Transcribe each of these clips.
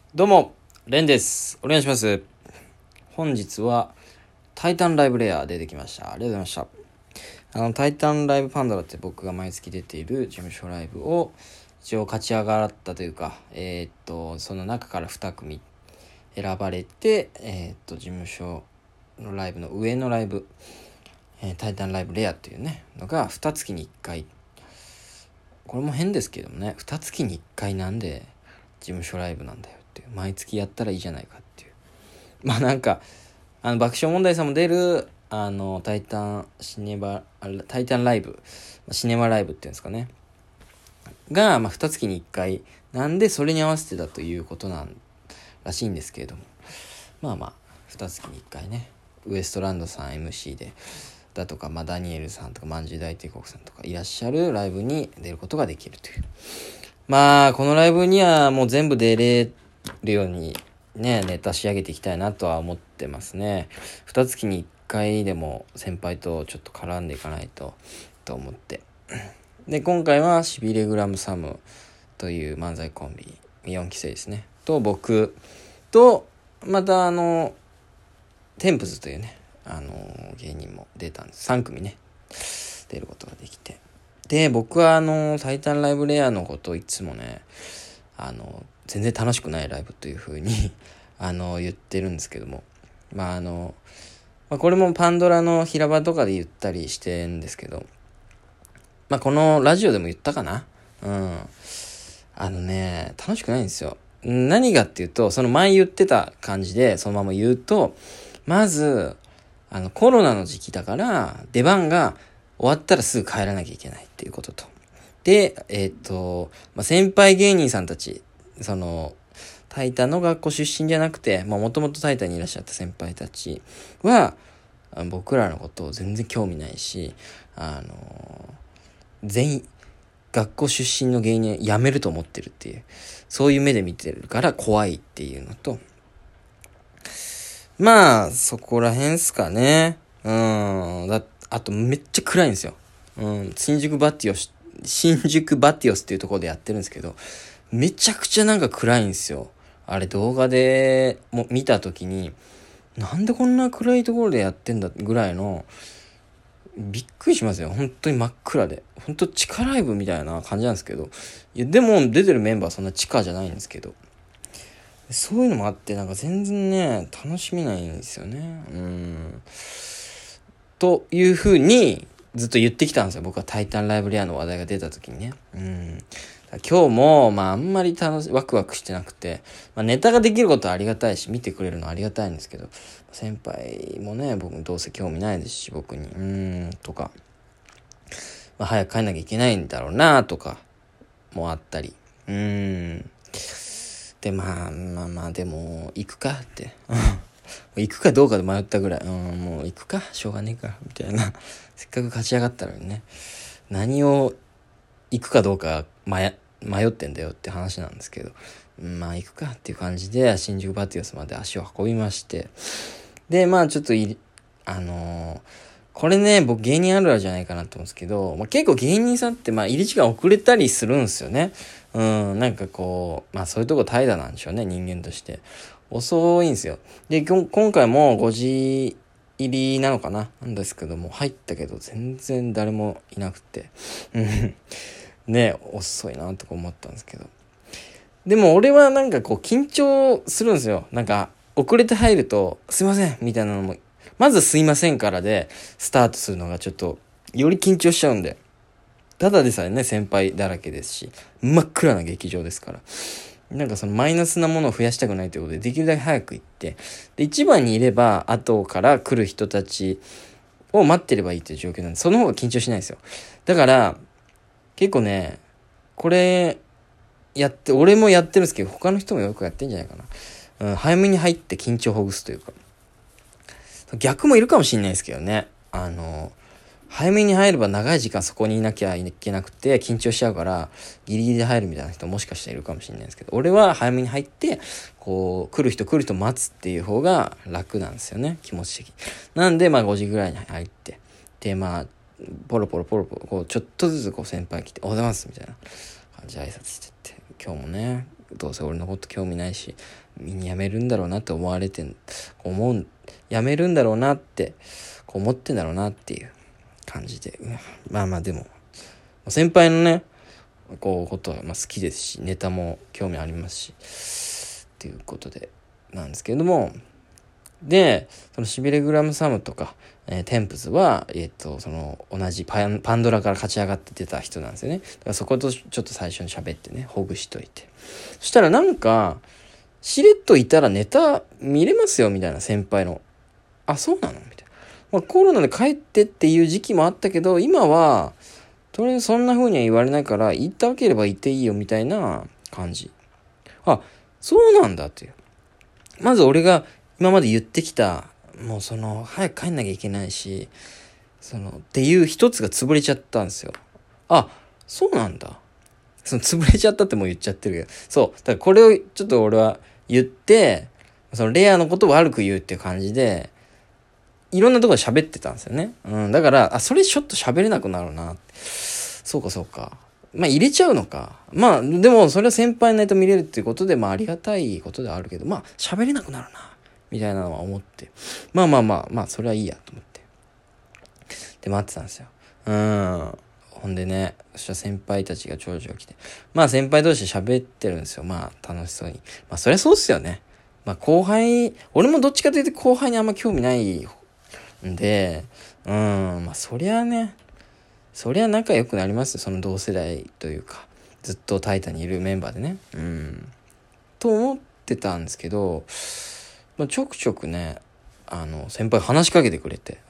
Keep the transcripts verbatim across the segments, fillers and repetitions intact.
どうも、レンです。お願いします。本日は、タイタンライブレア出てきました。ありがとうございました。あの、タイタンライブパンドラって僕が毎月出ている事務所ライブを、一応勝ち上がったというか、えー、っと、その中からに組選ばれて、えー、っと、事務所のライブの上のライブ、えー、タイタンライブレアっていうね、のが、に月にいっかい。これも変ですけどもね、に月にいっかいなんで、事務所ライブなんだよっていう。毎月やったらいいじゃないかっていう。まあなんか、あの爆笑問題さんも出るあのタイタンシネマタイタンライブシネマライブっていうんですかねが、まあ、に月にいっかいなんで、それに合わせてだということなんらしいんですけれども、まあまあに月にいっかいね、ウエストランドさん エムシー でだとか、まあ、ダニエルさんとかまんじゅう大帝国さんとかいらっしゃるライブに出ることができるという。まあこのライブにはもう全部出れるようにね、ネタ仕上げていきたいなとは思ってますね。に月にいっかいでも先輩とちょっと絡んでいかないとと思って。で、今回はシビレグラムサムという漫才コンビよんきせいですねと、僕とまたあのテンプズというね、あの芸人も出たんです。さん組ね出ることができて、で僕はあのタイタンライブレアのことをいつもね、あの全然楽しくないライブという風にあの言ってるんですけども、まああの、まあ、これもパンドラの平場とかで言ったりしてんですけど、まあこのラジオでも言ったかな。うんあのね、楽しくないんですよ。何がっていうと、その前言ってた感じでそのまま言うと、まずあのコロナの時期だから出番が終わったらすぐ帰らなきゃいけないっていうことと、でえっ、ー、と、まあ、先輩芸人さんたち、そのタイタンの学校出身じゃなくて、もともとタイタンにいらっしゃった先輩たちは僕らのことを全然興味ないし、あの全員学校出身の芸人辞めると思ってるっていう、そういう目で見てるから怖いっていうのと、まあそこら辺っすかね。うんだあとめっちゃ暗いんですよ。うん新宿バティオス新宿バティオスっていうところでやってるんですけど、めちゃくちゃなんか暗いんですよ。あれ動画でも見た時に、なんでこんな暗いところでやってんだぐらいの、びっくりしますよ。本当に真っ暗で、本当地下ライブみたいな感じなんですけど、いやでも出てるメンバーそんな地下じゃないんですけど、そういうのもあってなんか全然ね楽しめないんですよね。うんという風にずっと言ってきたんですよ、僕は。タイタンライブレアの話題が出た時にね。うん今日もまああんまり楽しワクワクしてなくて、まあ、ネタができることはありがたいし、見てくれるのはありがたいんですけど、先輩もね僕どうせ興味ないですし、僕にうーんとか、まあ、早く帰んなきゃいけないんだろうなとかもあったり、うーんでまあまあまあでも行くかって行くかどうかで迷ったぐらい、うん、もう行くかしょうがねえかみたいなせっかく勝ち上がったのにね、何を行くかどうか迷迷ってんだよって話なんですけど、まあ行くかっていう感じで新宿バティオスまで足を運びまして、でまあちょっといあのー、これね僕芸人あるあるじゃないかなと思うんですけど、まあ、結構芸人さんってまあ入り時間遅れたりするんですよね。うんなんかこうまあそういうとこ怠惰なんでしょうね、人間として遅いんですよ。で今回もごじ入りなのかななんですけども、入ったけど全然誰もいなくてね遅いなとか思ったんですけど、でも俺はなんかこう緊張するんですよ。なんか遅れて入るとすいませんみたいなのも、まずすいませんからでスタートするのがちょっとより緊張しちゃうんで、ただでさえね先輩だらけですし真っ暗な劇場ですから、なんかそのマイナスなものを増やしたくないということでできるだけ早く行って、で一番にいれば後から来る人たちを待ってればいいという状況なんで、その方が緊張しないんですよ。だから結構ねこれやって俺もやってるんですけど、他の人もよくやってんじゃないかな、うん、早めに入って緊張をほぐすというか、逆もいるかもしれないですけどね、あの早めに入れば長い時間そこにいなきゃいけなくて緊張しちゃうからギリギリで入るみたいな人もしかしたらいるかもしれないですけど、俺は早めに入ってこう来る人来る人待つっていう方が楽なんですよね、気持ち的に。なんでまあごじぐらいに入って、でまあポロポロポロポロこうちょっとずつこう先輩来ておはようございますみたいな感じで挨拶してって、今日もねどうせ俺のこと興味ないし、みんな辞めるんだろうなって思われてん、思う、辞めるんだろうなって、こう思ってんだろうなっていう感じで。まあまあでも、先輩のね、こう、ことはまあ好きですし、ネタも興味ありますし、っていうことで、なんですけれども、で、そのシビレグラムサムとか、えー、テンプズは、えっと、その、同じパン、パンドラから勝ち上がって出た人なんですよね。だからそことちょっと最初に喋ってね、ほぐしといて。そしたらなんか、しれっといたらネタ見れますよ、みたいな先輩の。あ、そうなのみたいな。まあコロナで帰ってっていう時期もあったけど、今は、とりあえずそんな風には言われないから、言ったわければ言っていいよ、みたいな感じ。あ、そうなんだっていう。まず俺が、今まで言ってきた、もうその、早く帰んなきゃいけないし、その、っていう一つが潰れちゃったんですよ。あ、そうなんだ。その、潰れちゃったってもう言っちゃってるけど。そう。だからこれをちょっと俺は言って、その、レアのことを悪く言うっていう感じで、いろんなところで喋ってたんですよね。うん。だから、あ、それちょっと喋れなくなるな。そうかそうか。まあ入れちゃうのか。まあ、でもそれは先輩のネタ見れるっていうことで、まあありがたいことではあるけど、まあ喋れなくなるな。みたいなのは思って。まあまあまあ、まあそれはいいやと思って。で待ってたんですよ。うん。ほんでね、そしたら先輩たちが長々来て。まあ先輩同士で喋ってるんですよ。まあ楽しそうに。まあそりゃそうっすよね。まあ後輩、俺もどっちかというと後輩にあんま興味ないんで、うん、まあそりゃね、そりゃ仲良くなりますよ。その同世代というか、ずっとタイタンにいるメンバーでね。うん。と思ってたんですけど、まあ、ちょくちょくね、あの、先輩話しかけてくれて、うん。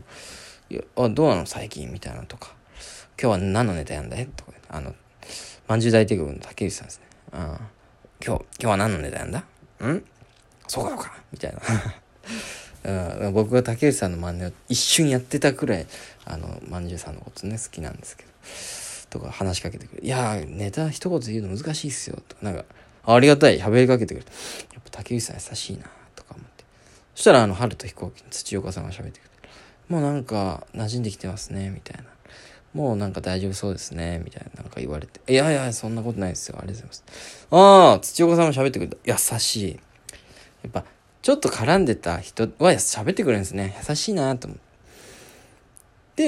いや、あ、どうなの最近みたいなとか。今日は何のネタやんだいとか、あの、まんじゅう大帝国の竹内さんですね。うん。今日、今日は何のネタやんだんそうかそうかみたいな。うん、僕が竹内さんの真似を一瞬やってたくらい、あの、まんじゅうさんのことね、好きなんですけど。とか話しかけてくれ。いやー、ネタ一言言うの難しいっすよ。とか、なんか、ありがたい。喋りかけてくれ。やっぱ竹内さん優しいな。そしたらあの春と飛行機の土岡さんが喋ってくれて、もうなんか馴染んできてますねみたいな、もうなんか大丈夫そうですねみたいななんか言われて、いやいやそんなことないですよ、ありがとうございます。ああ土岡さんも喋ってくれた、優しい。やっぱちょっと絡んでた人は喋ってくれるんですね、優しいなと思って。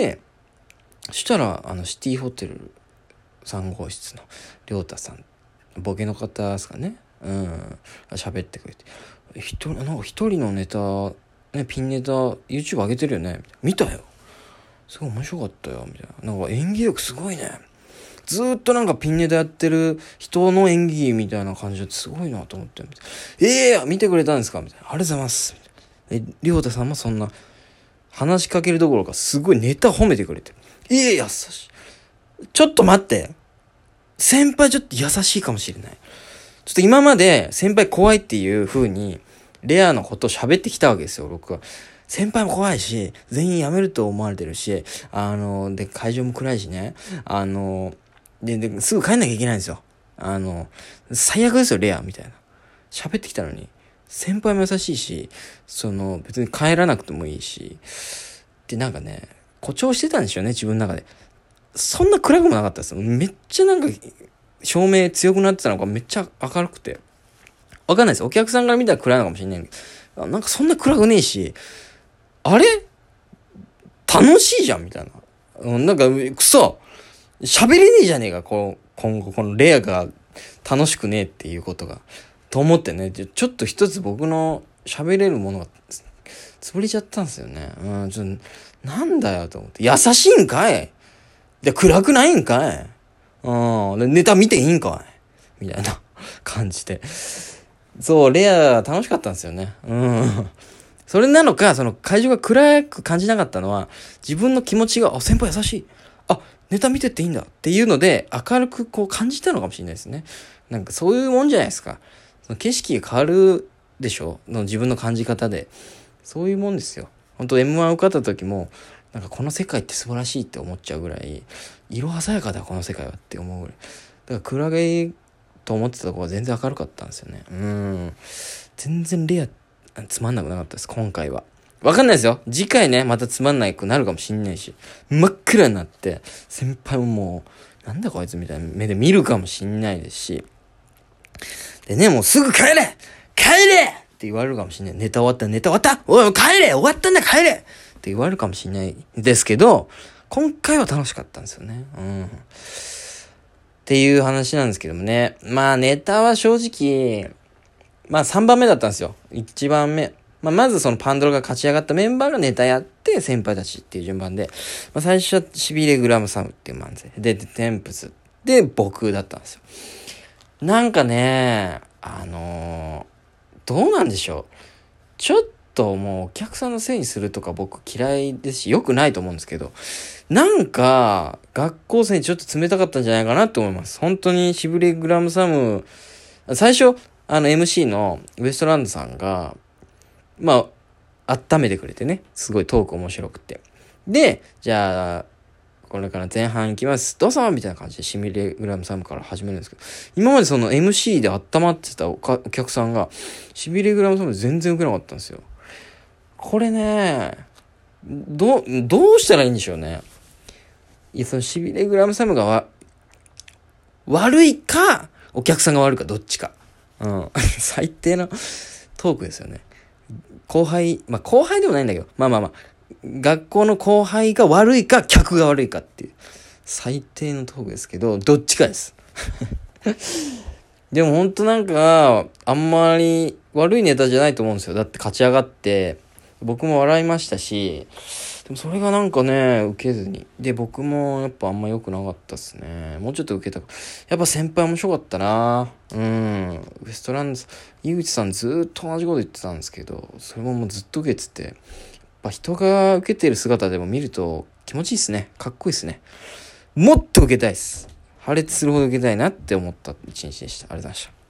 でそしたらあのシティホテルさん号室の亮太さん、ボケの方ですかね、うん喋ってくれて、一人なんか一人のネタね、ピンネタ YouTube 上げてるよね、見たよ、すごい面白かったよみたいな、なんか演技力すごいね、ずーっとなんかピンネタやってる人の演技みたいな感じですごいなと思って、ええー、見てくれたんですかみたいな、ありがとうございますみたいな。え亮太さんもそんな話しかけるどころかすごいネタ褒めてくれて、ええー、優しい。ちょっと待って、先輩ちょっと優しいかもしれない。ちょっと今まで先輩怖いっていう風にレアのことを喋ってきたわけですよ、僕は。先輩も怖いし、全員辞めると思われてるし、あの、で、会場も暗いしね、あの、で、で、すぐ帰んなきゃいけないんですよ。あの、最悪ですよ、レア、みたいな。喋ってきたのに、先輩も優しいし、その、別に帰らなくてもいいし、で、なんかね、誇張してたんでしょうね、自分の中で。そんな暗くもなかったです。めっちゃなんか、照明強くなってたのがめっちゃ明るくて。わかんないです。お客さんから見たら暗いのかもしれないけど、なんかそんな暗くねえし、あれ楽しいじゃんみたいな。うん、なんか、くそ喋れねえじゃねえか、こう、今後このレアが楽しくねえっていうことが。と思ってね、ちょっと一つ僕の喋れるものが潰れちゃったんですよね。うん、ちょっと、なんだよと思って。優しいんかいで、暗くないんかいうん、ネタ見ていいんかいみたいな感じで。そう、レア楽しかったんですよね。うん。それなのか、その会場が暗く感じなかったのは、自分の気持ちが、あ、先輩優しい。あ、ネタ見てっていいんだっていうので、明るくこう感じたのかもしれないですね。なんかそういうもんじゃないですか。その景色が変わるでしょの自分の感じ方で。そういうもんですよ。本当 エムワン 受かった時も、なんかこの世界って素晴らしいって思っちゃうぐらい、色鮮やかだこの世界はって思うぐらい。だから暗げと思ってたところは全然明るかったんですよね。うん。全然レア、つまんなくなかったです、今回は。わかんないですよ。次回ね、またつまんなくなるかもしんないし、真っ暗になって、先輩ももう、なんだこいつみたいな目で見るかもしんないですし、 でね、もうすぐ帰れ帰れって言われるかもしれない。ネタ終わったネタ終わったおい帰れ終わったんだ帰れって言われるかもしれないですけど、今回は楽しかったんですよね。うん。っていう話なんですけどもね。まあネタは正直、まあさんばんめだったんですよ。いちばんめ。まあまずそのパンドラが勝ち上がったメンバーがネタやって先輩たちっていう順番で、まあ最初はしびれグラムサムっていう漫才。で、でテンプスで僕だったんですよ。なんかね、あのー、どうなんでしょう。ちょっともうお客さんのせいにするとか僕嫌いですし、良くないと思うんですけど、なんか学校生にちょっと冷たかったんじゃないかなと思います。本当にしびれグラムサム、最初、あの エムシー のウエストランドさんが、まあ、温めてくれてね、すごいトーク面白くて。で、じゃあ、これから前半行きます。どうぞみたいな感じでシミレグラムサムから始めるんですけど、今までその エムシー で温まってたお客さんが、シミレグラムサム全然受けなかったんですよ。これね、ど、どうしたらいいんでしょうね。いや、そのシビレグラムサムがわ、悪いか、お客さんが悪いか、どっちか。うん。最低のトークですよね。後輩、まあ後輩でもないんだけど、まあまあまあ、学校の後輩が悪いか、客が悪いかっていう、最低のトークですけど、どっちかです。でもほんとなんか、あんまり悪いネタじゃないと思うんですよ。だって勝ち上がって、僕も笑いましたし、でもそれがなんかね、受けずに。で、僕もやっぱあんま良くなかったっすね。もうちょっと受けた。やっぱ先輩面白かったな。うん。ウエストランド、井口さんずーっと同じこと言ってたんですけど、それももうずっと受けてて、やっぱ人が受けてる姿でも見ると気持ちいいっすね。かっこいいっすね。もっと受けたいっす。破裂するほど受けたいなって思った一日でした。ありがとうございました。